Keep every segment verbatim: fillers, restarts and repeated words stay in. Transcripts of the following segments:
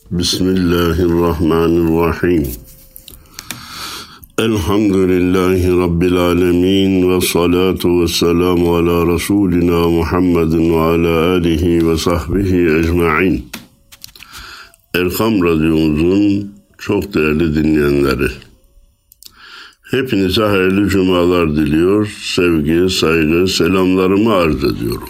Bismillahirrahmanirrahim. Elhamdülillahi Rabbil alemin ve salatu ve selamu ala Resulina Muhammedin ve ala alihi ve sahbihi ecma'in. Erkam Radyomuzun çok değerli dinleyenleri, hepinize hayırlı cumalar diliyor, sevgi, saygı, selamlarımı arz ediyorum.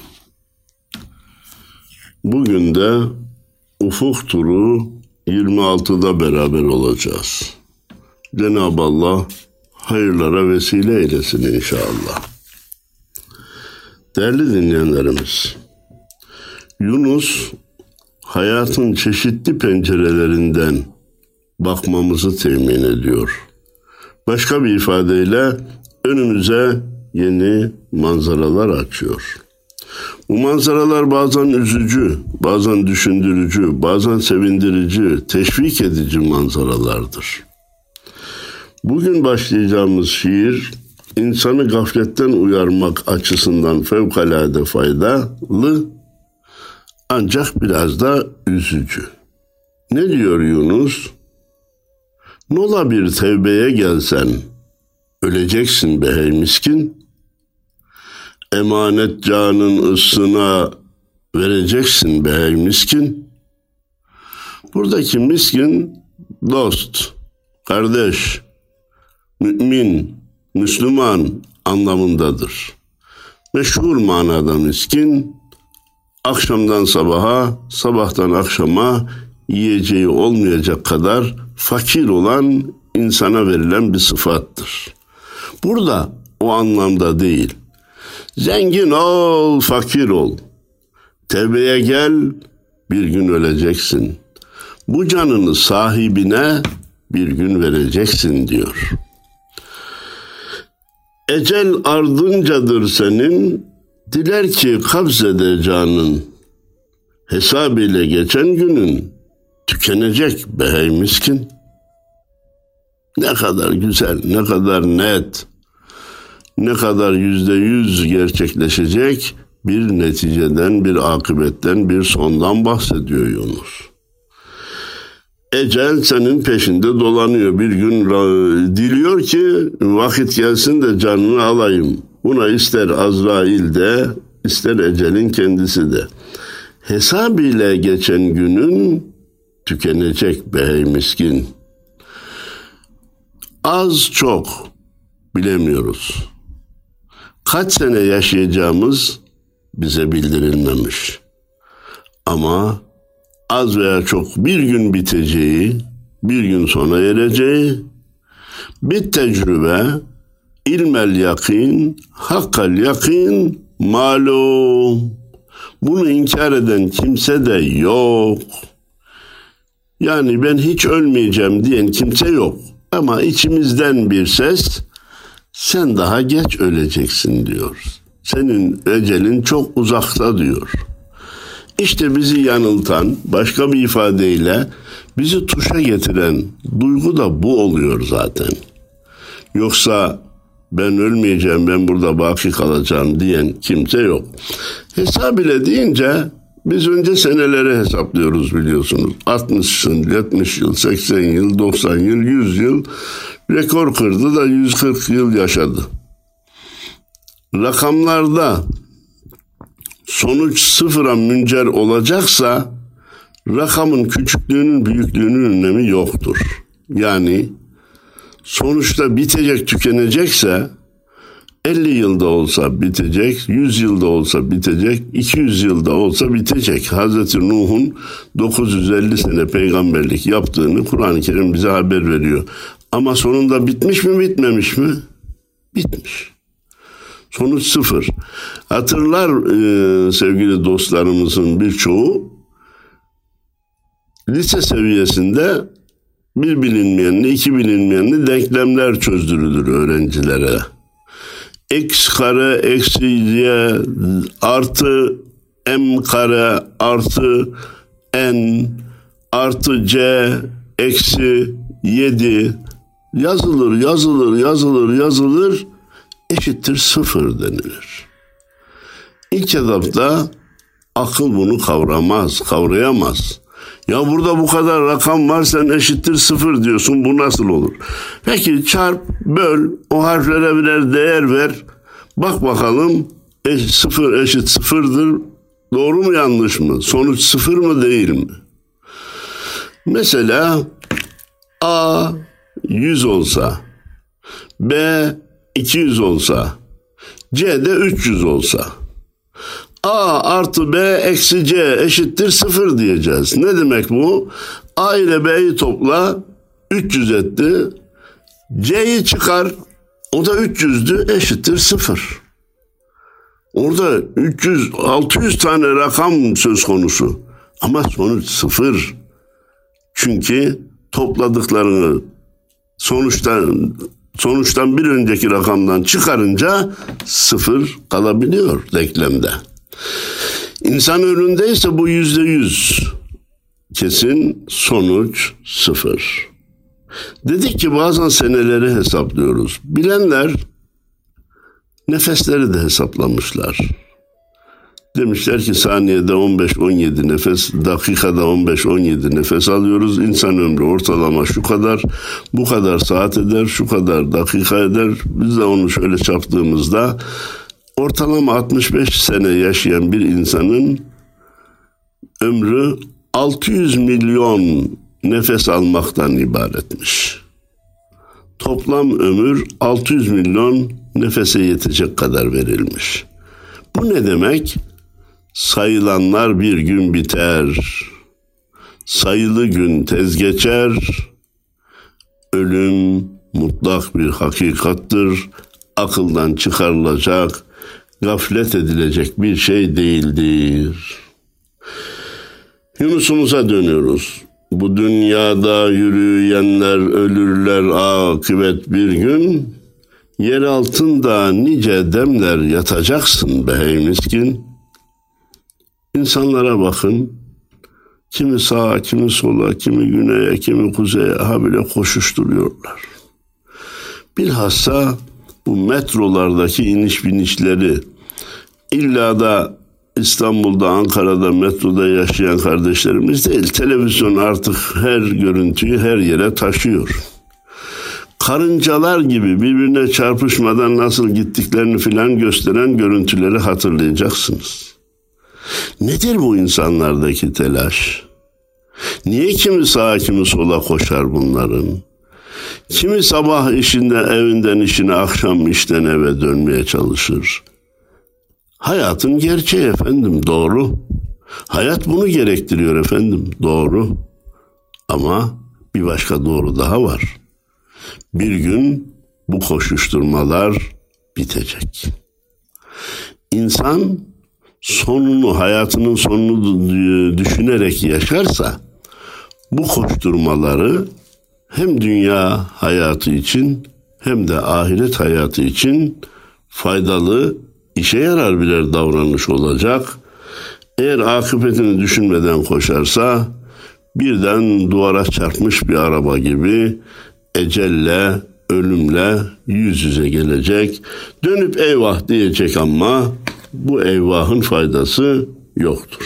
Bugün de Ufuk Turu yirmi altıda beraber olacağız. Cenab-ı Allah hayırlara vesile eylesin inşallah. Değerli dinleyenlerimiz, Yunus hayatın çeşitli pencerelerinden bakmamızı temin ediyor. Başka bir ifadeyle önümüze yeni manzaralar açıyor. Bu manzaralar bazen üzücü, bazen düşündürücü, bazen sevindirici, teşvik edici manzaralardır. Bugün başlayacağımız şiir, insanı gafletten uyarmak açısından fevkalade faydalı, ancak biraz da üzücü. Ne diyor Yunus? Nola bir tevbeye gelsen, öleceksin be hey miskin. Emanet canın ıssına vereceksin be hey miskin. Buradaki miskin dost, kardeş, mümin, Müslüman anlamındadır. Meşhur manada miskin, akşamdan sabaha, sabahtan akşama yiyeceği olmayacak kadar fakir olan insana verilen bir sıfattır. Burada o anlamda değil. Zengin ol, fakir ol. Tevbeye gel, bir gün öleceksin. Bu canını sahibine bir gün vereceksin diyor. Ecel ardıncadır senin, diler ki kabzede canın. Hesab ile geçen günün tükenecek be hey miskin. Ne kadar güzel, ne kadar net, ne kadar yüzde yüz gerçekleşecek bir neticeden, bir akıbetten, bir sondan bahsediyor Yunus. Ecel senin peşinde dolanıyor. Bir gün diliyor ki vakit gelsin de canını alayım. Buna ister Azrail de, ister ecelin kendisi de. Hesab ile geçen günün tükenecek be hey miskin. Az çok bilemiyoruz. Kaç sene yaşayacağımız bize bildirilmemiş. Ama az veya çok bir gün biteceği, bir gün sona ereceği, bir tecrübe, ilmel yakin, hakkal yakin, malum. Bunu inkar eden kimse de yok. Yani ben hiç ölmeyeceğim diyen kimse yok. Ama içimizden bir ses, sen daha geç öleceksin diyor. Senin ecelin çok uzakta diyor. İşte bizi yanıltan, başka bir ifadeyle bizi tuşa getiren duygu da bu oluyor zaten. Yoksa ben ölmeyeceğim, ben burada baki kalacağım diyen kimse yok. Hesap ile deyince biz önce seneleri hesaplıyoruz biliyorsunuz. altmış yıl, yetmiş yıl, seksen yıl, doksan yıl, yüz yıl rekor kırdı da yüz kırk yıl yaşadı. Rakamlarda sonuç sıfıra müncer olacaksa rakamın küçüklüğünün büyüklüğünün önemi yoktur. Yani sonuçta bitecek, tükenecekse elli yılda olsa bitecek, yüz yılda olsa bitecek, iki yüz yılda olsa bitecek. Hazreti Nuh'un dokuz yüz elli sene peygamberlik yaptığını Kur'an-ı Kerim bize haber veriyor. Ama sonunda bitmiş mi, bitmemiş mi? Bitmiş. Sonuç sıfır. Hatırlar e, sevgili dostlarımızın birçoğu lise seviyesinde bir bilinmeyenli, iki bilinmeyenli denklemler çözdürülür öğrencilere. X kare eksi y artı m kare artı n artı c eksi yedi yazılır, yazılır, yazılır, yazılır, eşittir sıfır denilir. İlk etapta akıl bunu kavramaz, kavrayamaz. Ya burada bu kadar rakam var, sen eşittir sıfır diyorsun, bu nasıl olur? Peki çarp, böl, o harflere birer değer ver. Bak bakalım e, sıfır eşit sıfırdır. Doğru mu yanlış mı? Sonuç sıfır mı değil mi? Mesela A yüz olsa, B iki yüz olsa, C de üç yüz olsa, A artı B eksi C eşittir sıfır diyeceğiz. Ne demek bu? A ile B'yi topla, üç yüz etti. C'yi çıkar, o da üç yüzdü, eşittir sıfır. Orada üç yüz altı yüz tane rakam söz konusu. Ama sonuç sıfır. Çünkü topladıklarını sonuçtan sonuçtan bir önceki rakamdan çıkarınca sıfır kalabiliyor denklemde. İnsan ömründeyse bu yüzde yüz kesin, sonuç sıfır. Dedik ki bazen seneleri hesaplıyoruz. Bilenler nefesleri de hesaplamışlar. Demişler ki saniyede on beş on yedi nefes, dakikada on beş on yedi nefes alıyoruz. İnsan ömrü ortalama şu kadar, bu kadar saat eder, şu kadar dakika eder. Biz de onu şöyle çarptığımızda ortalama altmış beş sene yaşayan bir insanın ömrü altı yüz milyon nefes almaktan ibaretmiş. Toplam ömür altı yüz milyon nefese yetecek kadar verilmiş. Bu ne demek? Sayılanlar bir gün biter, sayılı gün tez geçer, ölüm mutlak bir hakikattır, akıldan çıkarılacak, gaflet edilecek bir şey değildir. Yunus'umuza dönüyoruz. Bu dünyada yürüyenler ölürler akıbet bir gün, yer altında nice demler yatacaksın be hey miskin. İnsanlara bakın, kimi sağa, kimi sola, kimi güneye, kimi kuzeye habire koşuşturuyorlar. Bilhassa bu metrolardaki iniş binişleri, illa da İstanbul'da, Ankara'da, metroda yaşayan kardeşlerimiz değil, televizyon artık her görüntüyü her yere taşıyor. Karıncalar gibi birbirine çarpışmadan nasıl gittiklerini filan gösteren görüntüleri hatırlayacaksınız. Nedir bu insanlardaki telaş? Niye kimi sağa kimi sola koşar bunların? Kimi sabah işinden, evinden işine, akşam işten eve dönmeye çalışır? Hayatın gerçeği efendim, doğru. Hayat bunu gerektiriyor efendim, doğru. Ama bir başka doğru daha var. Bir gün bu koşuşturmalar bitecek. İnsan sonunu, hayatının sonunu düşünerek yaşarsa bu koşturmaları hem dünya hayatı için hem de ahiret hayatı için faydalı, işe yarar birer davranış olacak. Eğer akıbetini düşünmeden koşarsa birden duvara çarpmış bir araba gibi ecelle, ölümle yüz yüze gelecek. Dönüp eyvah diyecek ama bu eyvahın faydası yoktur.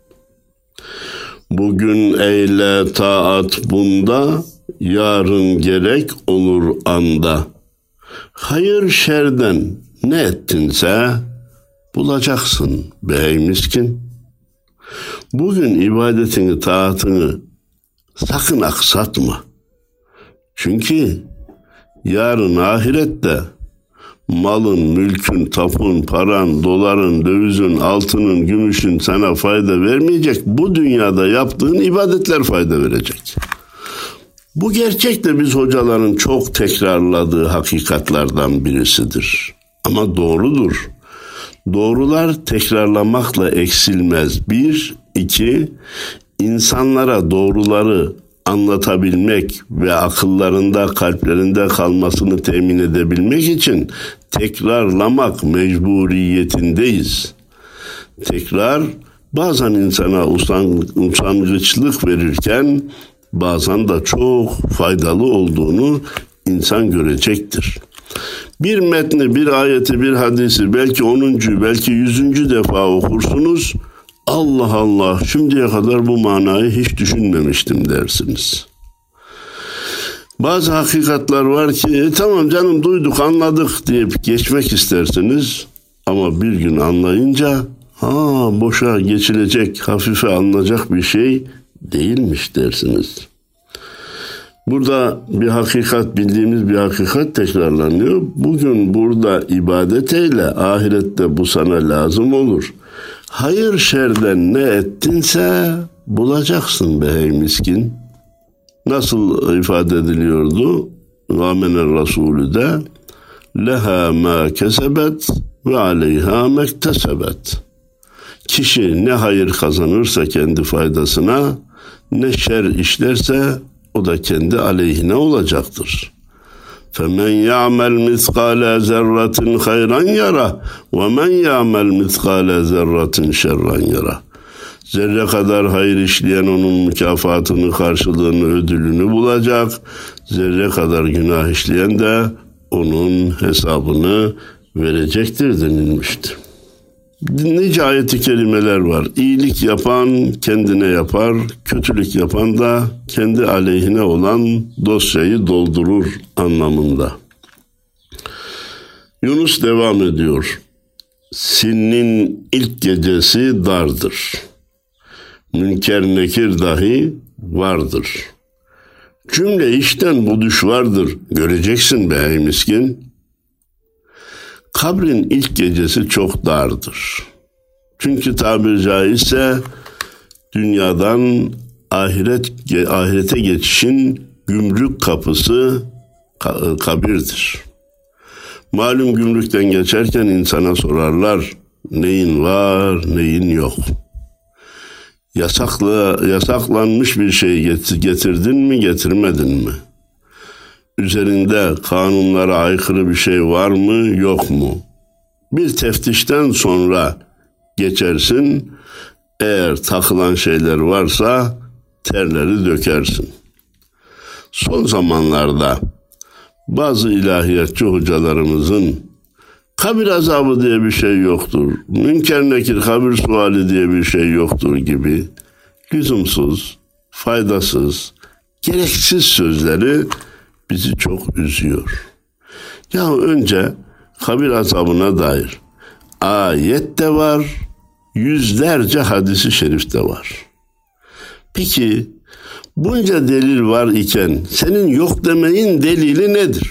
Bugün eyle taat bunda, yarın gerek olur anda. Hayır şerden ne ettinse bulacaksın bey miskin. Bugün ibadetini, taatını sakın aksatma. Çünkü yarın ahirette malın, mülkün, tapun, paran, doların, dövizin, altının, gümüşün sana fayda vermeyecek. Bu dünyada yaptığın ibadetler fayda verecek. Bu gerçek de biz hocaların çok tekrarladığı hakikatlardan birisidir. Ama doğrudur. Doğrular tekrarlamakla eksilmez. Bir, iki, insanlara doğruları anlatabilmek ve akıllarında, kalplerinde kalmasını temin edebilmek için tekrarlamak mecburiyetindeyiz. Tekrar bazen insana usangaçlık verirken bazen de çok faydalı olduğunu insan görecektir. Bir metni, bir ayeti, bir hadisi belki onuncu, belki yüzüncü defa okursunuz Allah Allah, şimdiye kadar bu manayı hiç düşünmemiştim dersiniz. Bazı hakikatler var ki e, tamam canım duyduk anladık deyip geçmek istersiniz. Ama bir gün anlayınca ha boşa geçilecek, hafife alınacak bir şey değilmiş dersiniz. Burada bir hakikat, bildiğimiz bir hakikat tekrarlanıyor. Bugün burada ibadet eyle, ahirette bu sana lazım olur. Hayır şerden ne ettinse bulacaksın be hey miskin. Nasıl ifade ediliyordu? Vâmenen Rasulü de leha ma kesebet ve aleyha mektesebet. Kişi ne hayır kazanırsa kendi faydasına, ne şer işlerse o da kendi aleyhine olacaktır. فَمَنْ يَعْمَلْ مِثْقَالَ زَرَّةٍ خَيْرًا يَرَى وَمَنْ يَعْمَلْ مِثْقَالَ زَرَّةٍ شَرًّا يَرَى. Zerre kadar hayır işleyen onun mükafatını, karşılığını, ödülünü bulacak. Zerre kadar günah işleyen de onun hesabını verecektir denilmiştir. Nice ayet-i kerimeler var. İyilik yapan kendine yapar, kötülük yapan da kendi aleyhine olan dosyayı doldurur anlamında. Yunus devam ediyor. Sinnin ilk gecesi dardır. Münker nekir dahi vardır. Cümle işten bu düş vardır. Göreceksin be ey miskin. Kabrin ilk gecesi çok dardır. Çünkü tabiri caizse dünyadan ahiret ahirete geçişin gümrük kapısı kabirdir. Malum gümrükten geçerken insana sorarlar neyin var, neyin yok. Yasaklı, yasaklanmış bir şey getirdin mi, getirmedin mi? Üzerinde kanunlara aykırı bir şey var mı, yok mu? Bir teftişten sonra geçersin. Eğer takılan şeyler varsa terleri dökersin. Son zamanlarda bazı ilahiyatçı hocalarımızın kabir azabı diye bir şey yoktur, münker nekir kabir suali diye bir şey yoktur gibi lüzumsuz, faydasız, gereksiz sözleri bizi çok üzüyor. Ya önce kabir azabına dair ayet de var, yüzlerce hadisi şerif de var. Peki bunca delil var iken senin yok demeyin delili nedir?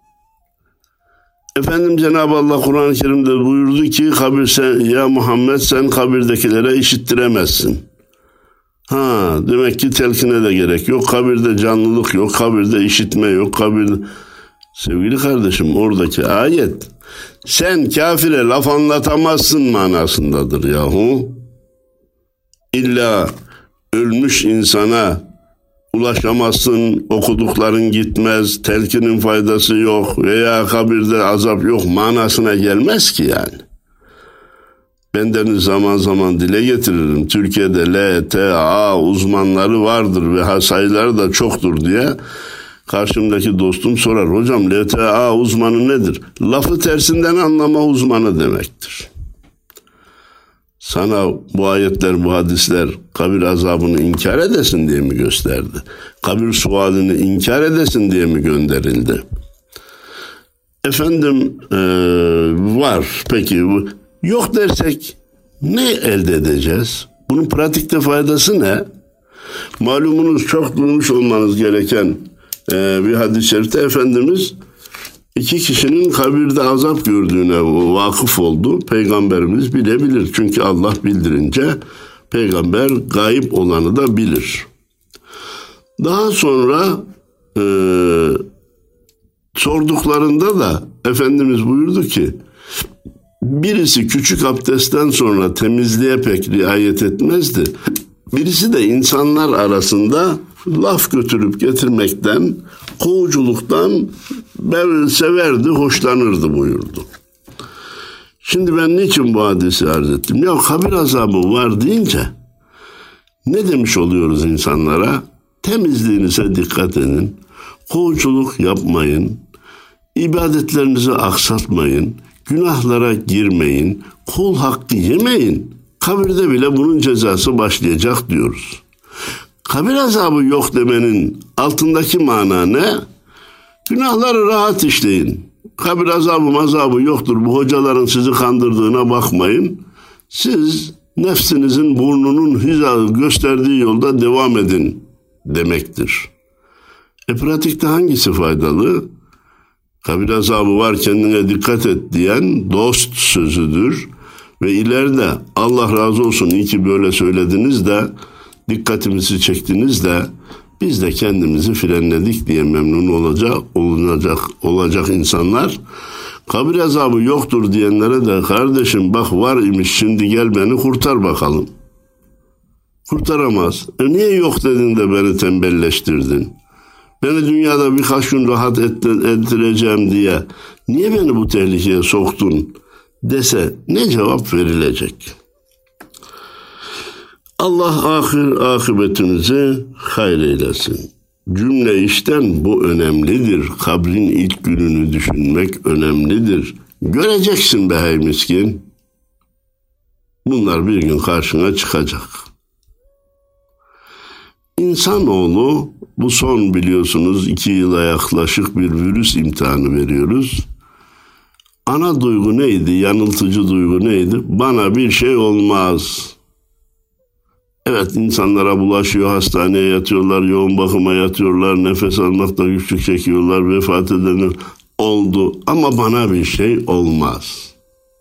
Efendim Cenab-ı Allah Kur'an-ı Kerim'de buyurdu ki kabir sen, ya Muhammed sen kabirdekilere işittiremezsin. Ha demek ki telkine de gerek yok. Kabirde canlılık yok. Kabirde işitme yok. Kabirde... Sevgili kardeşim oradaki ayet sen kafire laf anlatamazsın manasındadır yahu. İlla ölmüş insana ulaşamazsın, okudukların gitmez, telkinin faydası yok veya kabirde azap yok manasına gelmez ki yani. Bendeniz zaman zaman dile getiririm. Türkiye'de L T A uzmanları vardır ve sayıları da çoktur diye. Karşımdaki dostum sorar. Hocam L T A uzmanı nedir? Lafı tersinden anlama uzmanı demektir. Sana bu ayetler, bu hadisler kabir azabını inkar edesin diye mi gösterdi? Kabir sualini inkar edesin diye mi gönderildi? Efendim ee, var. Peki yok dersek ne elde edeceğiz? Bunun pratikte faydası ne? Malumunuz çok duymuş olmanız gereken ee, bir hadis-i şerifte Efendimiz iki kişinin kabirde azap gördüğüne vakıf oldu. Peygamberimiz bilebilir. Çünkü Allah bildirince peygamber gayip olanı da bilir. Daha sonra e, sorduklarında da Efendimiz buyurdu ki birisi küçük abdestten sonra temizliğe pek riayet etmezdi. Birisi de insanlar arasında laf götürüp getirmekten, kovuculuktan severdi, hoşlanırdı buyurdu. Şimdi ben niçin bu hadisi arz ettim? Ya kabir azabı var deyince ne demiş oluyoruz insanlara? Temizliğinize dikkat edin, kovuculuk yapmayın, ibadetlerinizi aksatmayın, günahlara girmeyin, kul hakkı yemeyin. kabirde bile bunun cezası başlayacak diyoruz. Kabir azabı yok demenin altındaki mana ne? Günahları rahat işleyin. Kabir azabı mazabı yoktur. Bu hocaların sizi kandırdığına bakmayın. Siz nefsinizin burnunun hizası gösterdiği yolda devam edin demektir. E pratikte hangisi faydalı? Kabir azabı var, kendine dikkat et diyen dost sözüdür. Ve ileride Allah razı olsun iyi ki böyle söylediniz de dikkatimizi çektiniz de biz de kendimizi frenledik diye memnun olacak, olunacak, olacak insanlar. Kabir azabı yoktur diyenlere de kardeşim bak var imiş, şimdi gel beni kurtar bakalım. Kurtaramaz. E niye yok dedin de beni tembelleştirdin? Beni dünyada birkaç gün rahat ettireceğim diye niye beni bu tehlikeye soktun dese ne cevap verilecek? Allah ahir akıbetimizi hayır eylesin. Cümle işten bu önemlidir. Kabrin ilk gününü düşünmek önemlidir. Göreceksin be hey miskin. Bunlar bir gün karşına çıkacak. İnsanoğlu bu son biliyorsunuz iki yıla yaklaşık bir virüs imtihanı veriyoruz. Ana duygu neydi? Yanıltıcı duygu neydi? Bana bir şey olmaz. Evet, insanlara bulaşıyor, hastaneye yatıyorlar, yoğun bakıma yatıyorlar, nefes almakta güçlük çekiyorlar, vefat edenler oldu ama bana bir şey olmaz.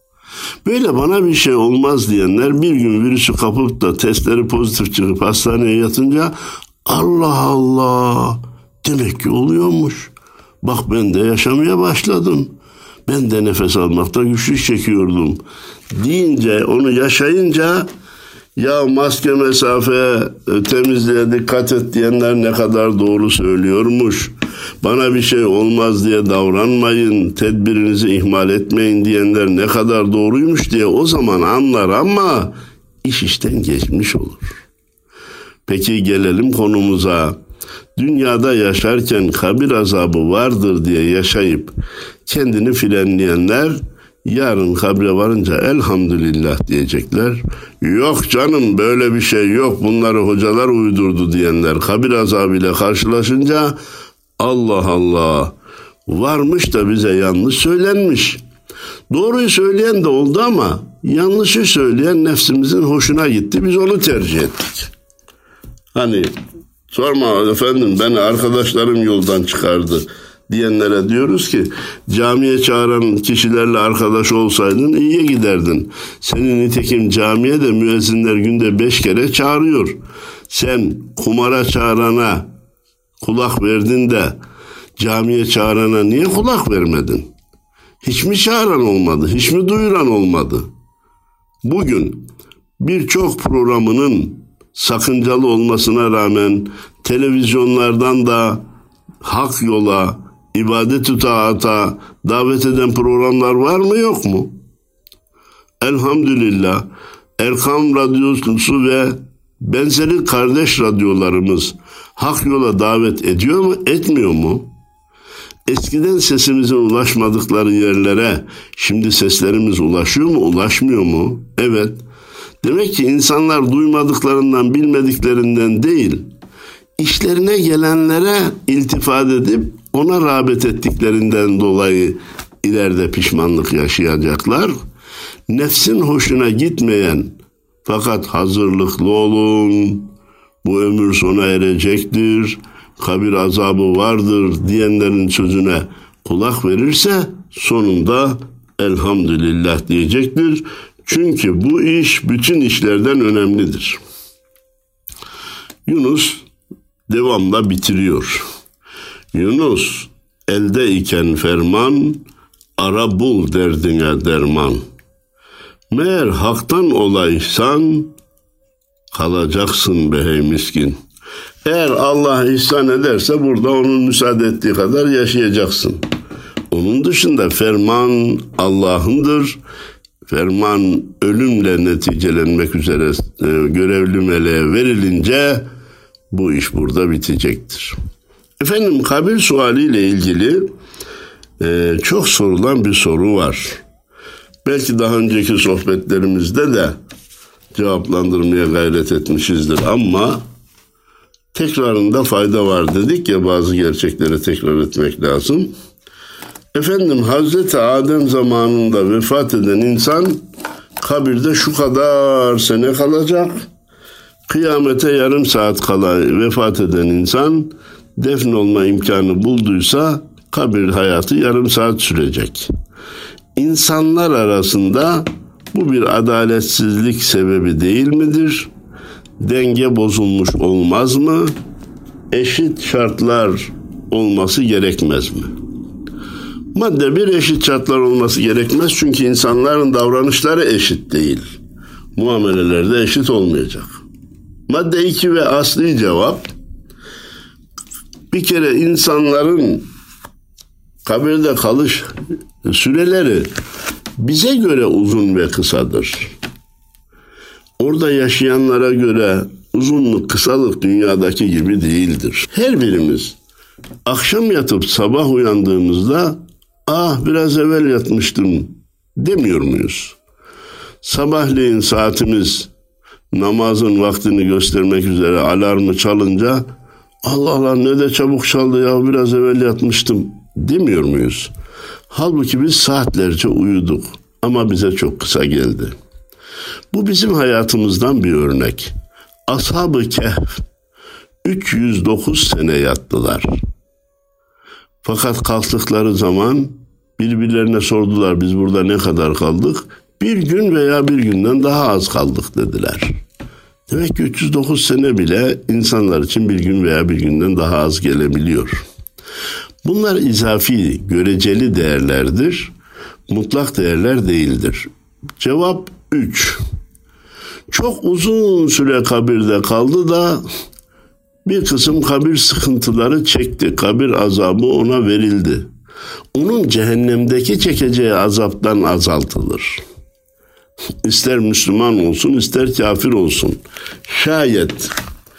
Böyle bana bir şey olmaz diyenler bir gün virüsü kapıp da testleri pozitif çıkıp hastaneye yatınca Allah Allah demek ki oluyormuş. Bak ben de yaşamaya başladım. Ben de nefes almakta güçlük çekiyordum deyince, onu yaşayınca ya maske, mesafe, temizliğe dikkat et diyenler ne kadar doğru söylüyormuş. Bana bir şey olmaz diye davranmayın, tedbirinizi ihmal etmeyin diyenler ne kadar doğruymuş diye o zaman anlar ama iş işten geçmiş olur. Peki gelelim konumuza. Dünyada yaşarken kabir azabı vardır diye yaşayıp kendini frenleyenler yarın kabre varınca elhamdülillah diyecekler. Yok canım böyle bir şey yok, bunları hocalar uydurdu diyenler kabir azabıyla karşılaşınca Allah Allah varmış da bize yanlış söylenmiş. Doğruyu söyleyen de oldu ama yanlışı söyleyen nefsimizin hoşuna gitti. Biz onu tercih ettik. Hani sorma efendim beni arkadaşlarım yoldan çıkardı diyenlere diyoruz ki camiye çağıran kişilerle arkadaş olsaydın iyiye giderdin. Senin nitekim camiye de müezzinler günde beş kere çağırıyor. Sen kumara çağırana kulak verdin de camiye çağırana niye kulak vermedin? Hiç mi çağıran olmadı? Hiç mi duyuran olmadı? Bugün birçok programının sakıncalı olmasına rağmen televizyonlardan da hak yola, ibadet-ü taata davet eden programlar var mı yok mu? Elhamdülillah Erkam Radyosu ve benzeri kardeş radyolarımız hak yola davet ediyor mu, etmiyor mu? Eskiden sesimizin ulaşmadıkları yerlere şimdi seslerimiz ulaşıyor mu, ulaşmıyor mu? Evet. Demek ki insanlar duymadıklarından, bilmediklerinden değil, işlerine gelenlere iltifat edip ona rağbet ettiklerinden dolayı ileride pişmanlık yaşayacaklar. Nefsin hoşuna gitmeyen fakat hazırlıklı olun, bu ömür sona erecektir, kabir azabı vardır diyenlerin sözüne kulak verirse sonunda elhamdülillah diyecektir. Çünkü bu iş bütün işlerden önemlidir. Yunus devamla bitiriyor. Yunus elde iken ferman, ara bul derdine derman. Meğer haktan olaysan kalacaksın be hey miskin. Eğer Allah ihsan ederse burada onun müsaade ettiği kadar yaşayacaksın. Onun dışında ferman Allah'ındır. Ferman ölümle neticelenmek üzere e, görevli meleğe verilince bu iş burada bitecektir. Efendim kabir sualiyle ilgili e, çok sorulan bir soru var. Belki daha önceki sohbetlerimizde de cevaplandırmaya gayret etmişizdir ama tekrarında fayda var dedik ya, bazı gerçekleri tekrar etmek lazım. Efendim, Hazreti Adem zamanında vefat eden insan kabirde şu kadar sene kalacak. Kıyamete yarım saat kala vefat eden insan defnolma imkanı bulduysa kabir hayatı yarım saat sürecek. İnsanlar arasında bu bir adaletsizlik sebebi değil midir? Denge bozulmuş olmaz mı? Eşit şartlar olması gerekmez mi? Madde bir, eşit şartlar olması gerekmez çünkü insanların davranışları eşit değil. Muameleler de eşit olmayacak. Madde iki ve asli cevap, bir kere insanların kabirde kalış süreleri bize göre uzun ve kısadır. Orada yaşayanlara göre uzunluk, kısalık dünyadaki gibi değildir. Her birimiz akşam yatıp sabah uyandığımızda ah biraz evvel yatmıştım demiyor muyuz? Sabahleyin saatimiz namazın vaktini göstermek üzere alarmı çalınca Allah Allah ne de çabuk çaldı ya, biraz evvel yatmıştım demiyor muyuz? Halbuki biz saatlerce uyuduk ama bize çok kısa geldi. Bu bizim hayatımızdan bir örnek. Ashab-ı Kehf üç yüz dokuz sene yattılar. Fakat kalktıkları zaman birbirlerine sordular, biz burada ne kadar kaldık? Bir gün veya bir günden daha az kaldık dediler. Demek ki üç yüz dokuz sene bile insanlar için bir gün veya bir günden daha az gelebiliyor. Bunlar izafi, göreceli değerlerdir. Mutlak değerler değildir. Cevap üç. Çok uzun süre kabirde kaldı da bir kısım kabir sıkıntıları çekti. Kabir azabı ona verildi. Onun cehennemdeki çekeceği azaptan azaltılır. İster Müslüman olsun, ister kafir olsun. Şayet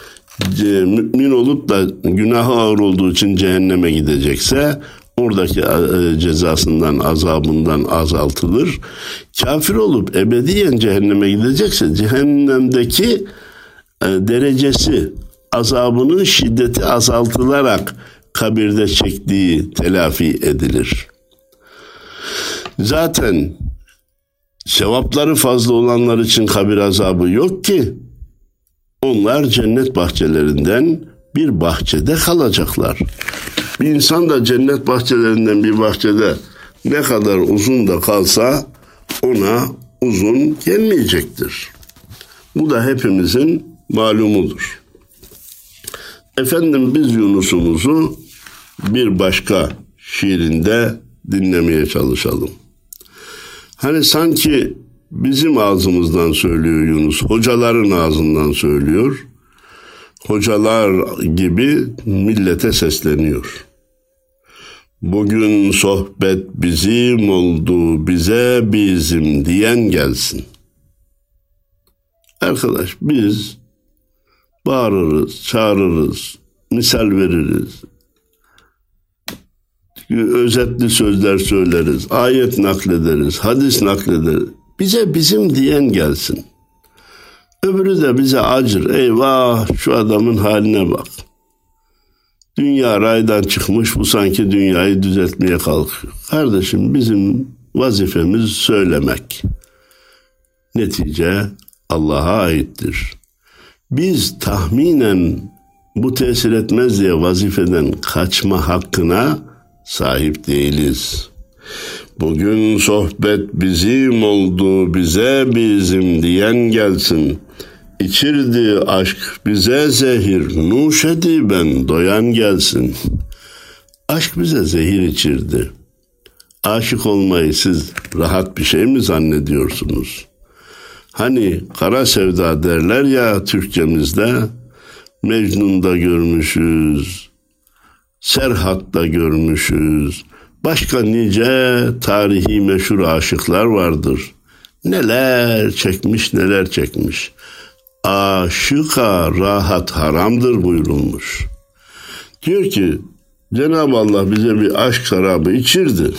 mümin olup da günahı ağır olduğu için cehenneme gidecekse oradaki cezasından, azabından azaltılır. Kafir olup ebediyen cehenneme gidecekse cehennemdeki derecesi, azabının şiddeti azaltılarak kabirde çektiği telafi edilir. Zaten sevapları fazla olanlar için kabir azabı yok ki. Onlar cennet bahçelerinden bir bahçede kalacaklar. Bir insan da cennet bahçelerinden bir bahçede ne kadar uzun da kalsa ona uzun gelmeyecektir. Bu da hepimizin malumudur. Efendim, biz Yunus'umuzu bir başka şiirinde dinlemeye çalışalım. Hani sanki bizim ağzımızdan söylüyor Yunus, hocaların ağzından söylüyor. Hocalar gibi millete sesleniyor. Bugün sohbet bizim oldu, bize bizim diyen gelsin. Arkadaş, biz bağırırız, çağırırız, misal veririz. Özetli sözler söyleriz, ayet naklederiz, hadis naklederiz. Bize bizim diyen gelsin. Öbürü de bize acır. Eyvah, şu adamın haline bak. Dünya raydan çıkmış, bu sanki dünyayı düzeltmeye kalkıyor. Kardeşim, bizim vazifemiz söylemek. Netice Allah'a aittir. Biz tahminen bu tesir etmez diye vazifeden kaçma hakkına sahip değiliz. Bugün sohbet bizim oldu, bize bizim diyen gelsin. İçirdi aşk bize zehir, nuş edi ben doyan gelsin. Aşk bize zehir içirdi. Aşık olmayı siz rahat bir şey mi zannediyorsunuz? Hani kara sevda derler ya Türkçemizde, Mecnun'da görmüşüz, Serhat'ta görmüşüz. Başka nice tarihi meşhur aşıklar vardır. Neler çekmiş, neler çekmiş. Aşıka rahat haramdır buyurulmuş. Diyor ki Cenab-ı Allah bize bir aşk şarabı içirdi.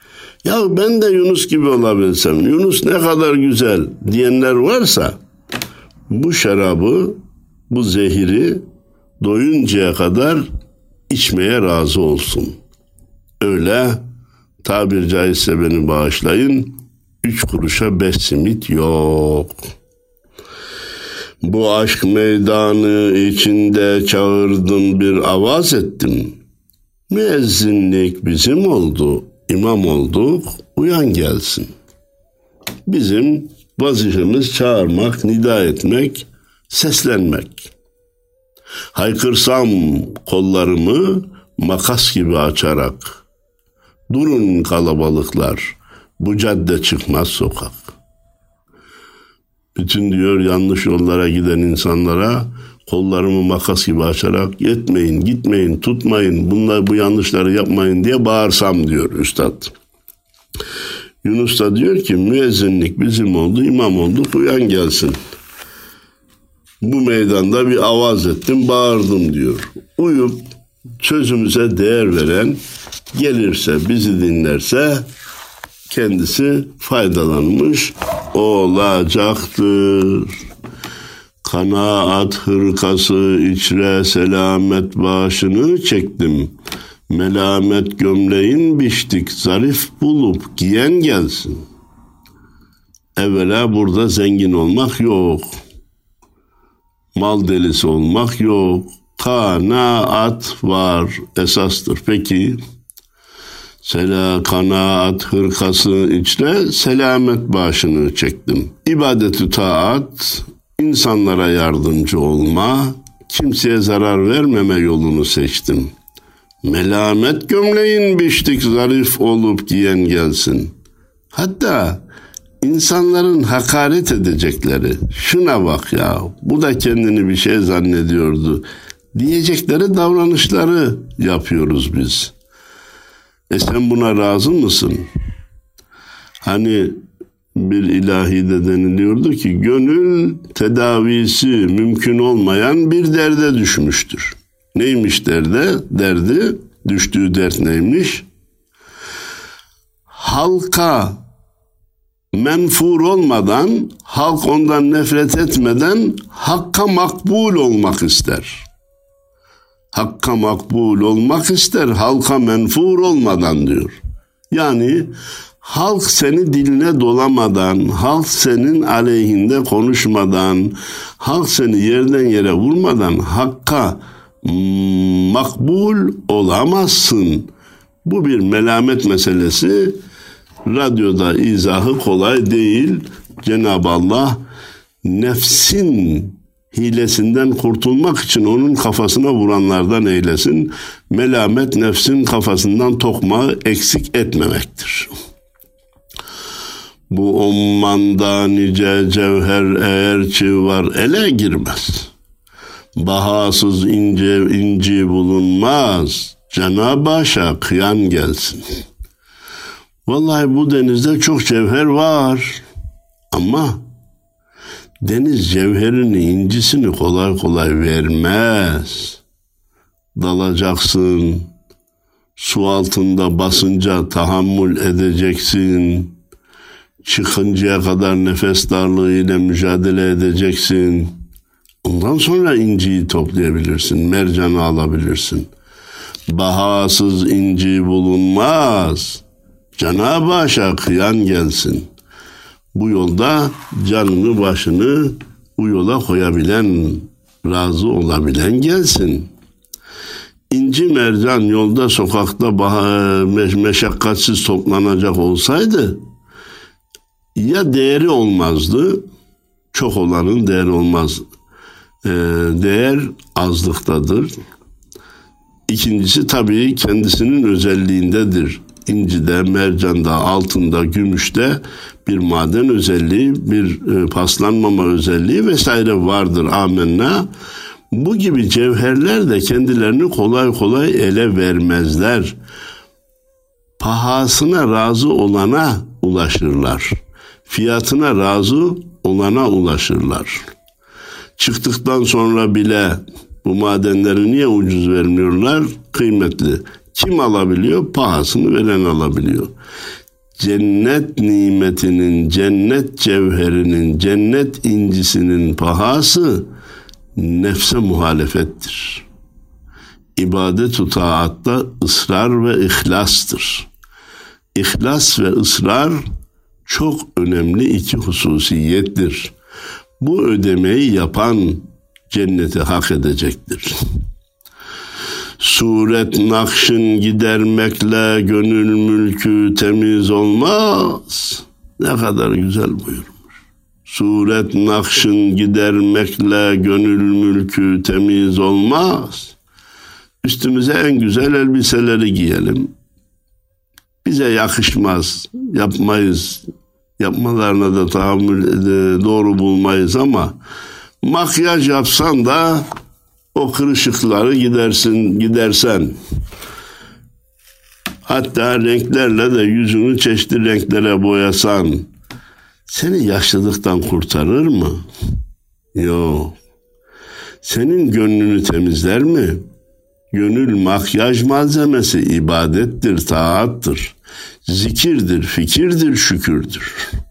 Ya ben de Yunus gibi olabilsem, Yunus ne kadar güzel diyenler varsa bu şarabı, bu zehiri doyuncaya kadar içmeye razı olsun. Öyle tabir caizse beni bağışlayın, üç kuruşa beş simit yok. Bu aşk meydanı içinde çağırdım, bir avaz ettim. Müezzinlik bizim oldu, imam olduk, uyan gelsin. Bizim vazifemiz çağırmak, nida etmek, seslenmek. Haykırsam kollarımı makas gibi açarak, durun kalabalıklar, bu cadde çıkmaz sokak. Bütün diyor yanlış yollara giden insanlara kollarımı makas gibi açarak yetmeyin, gitmeyin, tutmayın, bunlar bu yanlışları yapmayın diye bağırsam diyor üstad. Yunus da diyor ki müezzinlik bizim oldu, imam olduk, uyan gelsin. Bu meydanda bir avaz ettim, bağırdım diyor. Uyup sözümüze değer veren gelirse, bizi dinlerse kendisi faydalanmış olacaktır. Kanaat hırkası içre selamet başını çektim. Melamet gömleğin biçtik, zarif bulup giyen gelsin. Evvela burada zengin olmak yok. Mal delisi olmak yok. Kanaat var, esastır. Peki, sela kanaat hırkası içre selamet başını çektim. İbadet-ü taat, insanlara yardımcı olma, kimseye zarar vermeme yolunu seçtim. Melamet gömleğin biçtik, zarif olup giyen gelsin. Hatta insanların hakaret edecekleri, şuna bak ya, bu da kendini bir şey zannediyordu diyecekleri davranışları yapıyoruz biz. E sen buna razı mısın? Hani bir ilahide deniliyordu ki gönül tedavisi mümkün olmayan bir derde düşmüştür. Neymiş derde? Derdi, düştüğü dert neymiş? Halka menfur olmadan, halk ondan nefret etmeden hakka makbul olmak ister. Hakka makbul olmak ister, halka menfur olmadan diyor. Yani halk seni diline dolamadan, halk senin aleyhinde konuşmadan, halk seni yerden yere vurmadan hakka makbul olamazsın. Bu bir melamet meselesi. Radyoda izahı kolay değil. Cenab-ı Allah nefsin hilesinden kurtulmak için onun kafasına vuranlardan eylesin. Melamet nefsin kafasından tokmağı eksik etmemektir. Bu ummanda nice cevher eğer çi var ele girmez. Bahasız ince inci bulunmaz. Cenab-ı Haş'a kıyan gelsin. Vallahi bu denizde çok cevher var. Ama deniz cevherini, incisini kolay kolay vermez. Dalacaksın. Su altında basınca tahammül edeceksin. Çıkıncaya kadar nefes darlığıyla mücadele edeceksin. Ondan sonra inciyi toplayabilirsin, mercanı alabilirsin. Bahasız inci bulunmaz. Cenab-ı Haş'a kıyan gelsin. Bu yolda canını başını bu yola koyabilen, razı olabilen gelsin. İnci mercan yolda sokakta bah- meşakkatsiz toplanacak olsaydı ya değeri olmazdı, çok olanın değeri olmaz. Ee, değer azlıktadır. İkincisi tabii kendisinin özelliğindedir. İncide, mercanda, altında, gümüşte bir maden özelliği, bir e, paslanmama özelliği vesaire vardır. Amenna. Bu gibi cevherler de kendilerini kolay kolay ele vermezler. Pahasına razı olana ulaşırlar. Fiyatına razı olana ulaşırlar. Çıktıktan sonra bile bu madenleri niye ucuz vermiyorlar? Kıymetli. Kim alabiliyor? Pahasını veren alabiliyor. cennet nimetinin, cennet cevherinin, cennet incisinin pahası nefse muhalefettir. İbadet-ü taatta ısrar ve ihlastır. İhlas ve ısrar çok önemli iki hususiyettir. Bu ödemeyi yapan cenneti hak edecektir. Suret nakşın gidermekle gönül mülkü temiz olmaz. Ne kadar güzel buyurmuş. Suret nakşın gidermekle gönül mülkü temiz olmaz. Üstümüze en güzel elbiseleri giyelim. Bize yakışmaz, yapmayız. Yapmalarına da tahammül doğru bulmayız ama makyaj yapsan da o kırışıkları gidersin, gidersen. Hatta renklerle de yüzünü çeşitli renklere boyasan seni yaşlılıktan kurtarır mı? Yok. Senin gönlünü temizler mi? Gönül makyaj malzemesi, ibadettir, taattır, zikirdir, fikirdir, şükürdür.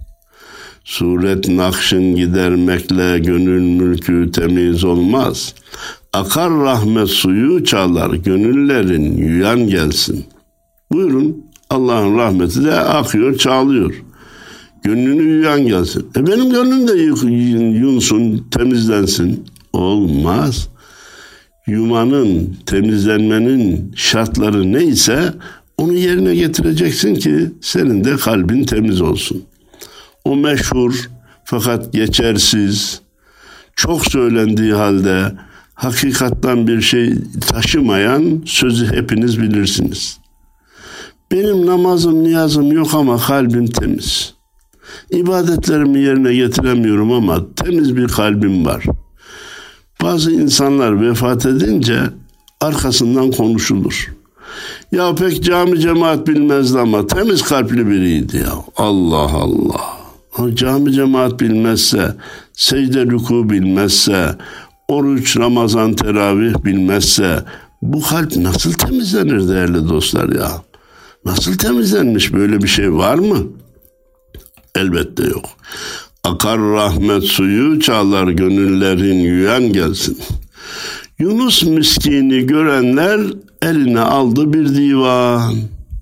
Suret nakşın gidermekle gönül mülkü temiz olmaz. Akar rahmet suyu çalar, gönüllerin yuyan gelsin. Buyurun, Allah'ın rahmeti de akıyor, çağlıyor. Gönlünü yuyan gelsin. E benim gönlüm de yunsun, temizlensin. Olmaz. Yumanın, temizlenmenin şartları neyse onu yerine getireceksin ki senin de kalbin temiz olsun. O meşhur fakat geçersiz, çok söylendiği halde hakikattan bir şey taşımayan sözü hepiniz bilirsiniz. Benim namazım, niyazım yok ama kalbim temiz. İbadetlerimi yerine getiremiyorum ama temiz bir kalbim var. Bazı insanlar vefat edince arkasından konuşulur. Ya pek cami cemaat bilmezdi ama temiz kalpli biriydi ya. Allah Allah. O cami cemaat bilmezse, secde rükû bilmezse, oruç, Ramazan, teravih bilmezse bu kalp nasıl temizlenir değerli dostlar ya? Nasıl temizlenmiş, böyle bir şey var mı? Elbette yok. Akar rahmet suyu çalar, gönüllerin yuyan gelsin. Yunus miskini görenler eline aldı bir divan.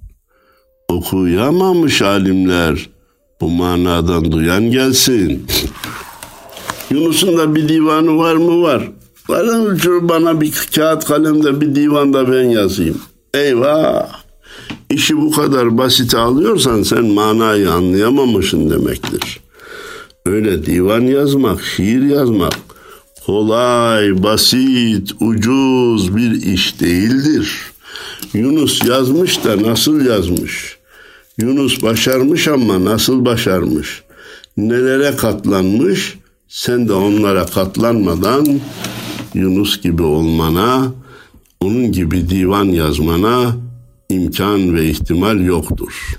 Okuyamamış alimler, bu manadan duyan gelsin. Yunus'un da bir divanı var mı? Var. Varın bana bir kağıt kalemde bir divanda ben yazayım. Eyvah! İşi bu kadar basite alıyorsan sen manayı anlayamamışsın demektir. Öyle divan yazmak, şiir yazmak kolay, basit, ucuz bir iş değildir. Yunus yazmış da nasıl yazmış? Yunus başarmış ama nasıl başarmış? Nelere katlanmış? Sen de onlara katlanmadan Yunus gibi olmana, onun gibi divan yazmana imkan ve ihtimal yoktur.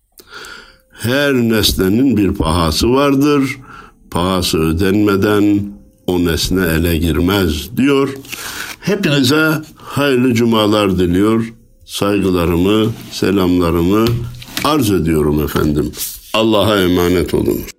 Her nesnenin bir pahası vardır. Pahası ödenmeden o nesne ele girmez diyor. Hepinize hayırlı cumalar diliyor. Saygılarımı, selamlarımı arz ediyorum efendim. Allah'a emanet olun.